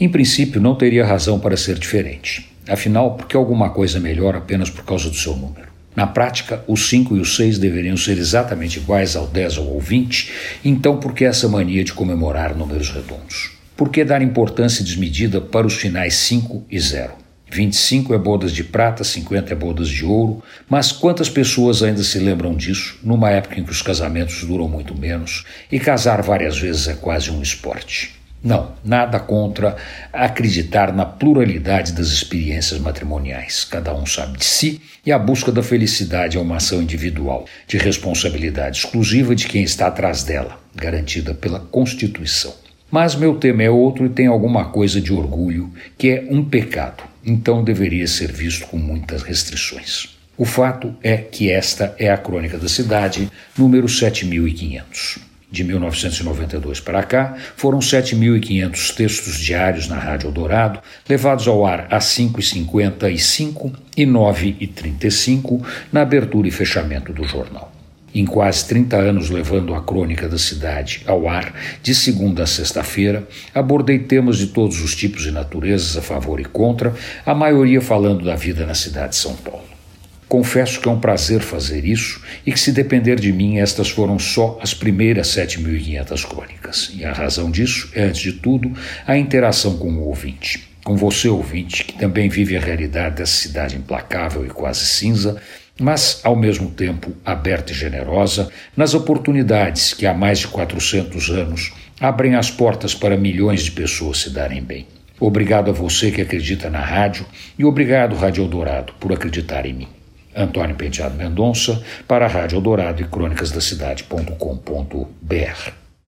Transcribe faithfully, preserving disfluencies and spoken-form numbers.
Em princípio, não teria razão para ser diferente. Afinal, por que alguma coisa é melhor apenas por causa do seu número? Na prática, o cinco e o seis deveriam ser exatamente iguais ao dez ou ao vinte, então por que essa mania de comemorar números redondos? Por que dar importância desmedida para os finais cinco e zero? vinte e cinco é bodas de prata, cinquenta é bodas de ouro, mas quantas pessoas ainda se lembram disso, numa época em que os casamentos duram muito menos e casar várias vezes é quase um esporte? Não, nada contra acreditar na pluralidade das experiências matrimoniais. Cada um sabe de si e a busca da felicidade é uma ação individual, de responsabilidade exclusiva de quem está atrás dela, garantida pela Constituição. Mas meu tema é outro e tem alguma coisa de orgulho, que é um pecado, então deveria ser visto com muitas restrições. O fato é que esta é a Crônica da Cidade, número sete mil e quinhentos. De mil novecentos e noventa e dois para cá, foram sete mil e quinhentos textos diários na Rádio Eldorado, levados ao ar às cinco e cinquenta e cinco e nove e trinta e cinco, na abertura e fechamento do jornal. Em quase trinta anos levando a Crônica da Cidade ao ar, de segunda a sexta-feira, abordei temas de todos os tipos e naturezas, a favor e contra, a maioria falando da vida na cidade de São Paulo. Confesso que é um prazer fazer isso e que, se depender de mim, estas foram só as primeiras sete mil e quinhentas crônicas. E a razão disso é, antes de tudo, a interação com o ouvinte. Com você, ouvinte, que também vive a realidade dessa cidade implacável e quase cinza, mas, ao mesmo tempo, aberta e generosa, nas oportunidades que há mais de quatrocentos anos abrem as portas para milhões de pessoas se darem bem. Obrigado a você que acredita na rádio e obrigado, Rádio Eldorado, por acreditar em mim. Antônio Penteado Mendonça, para a Rádio Eldorado e crônicas da cidade ponto com ponto b r.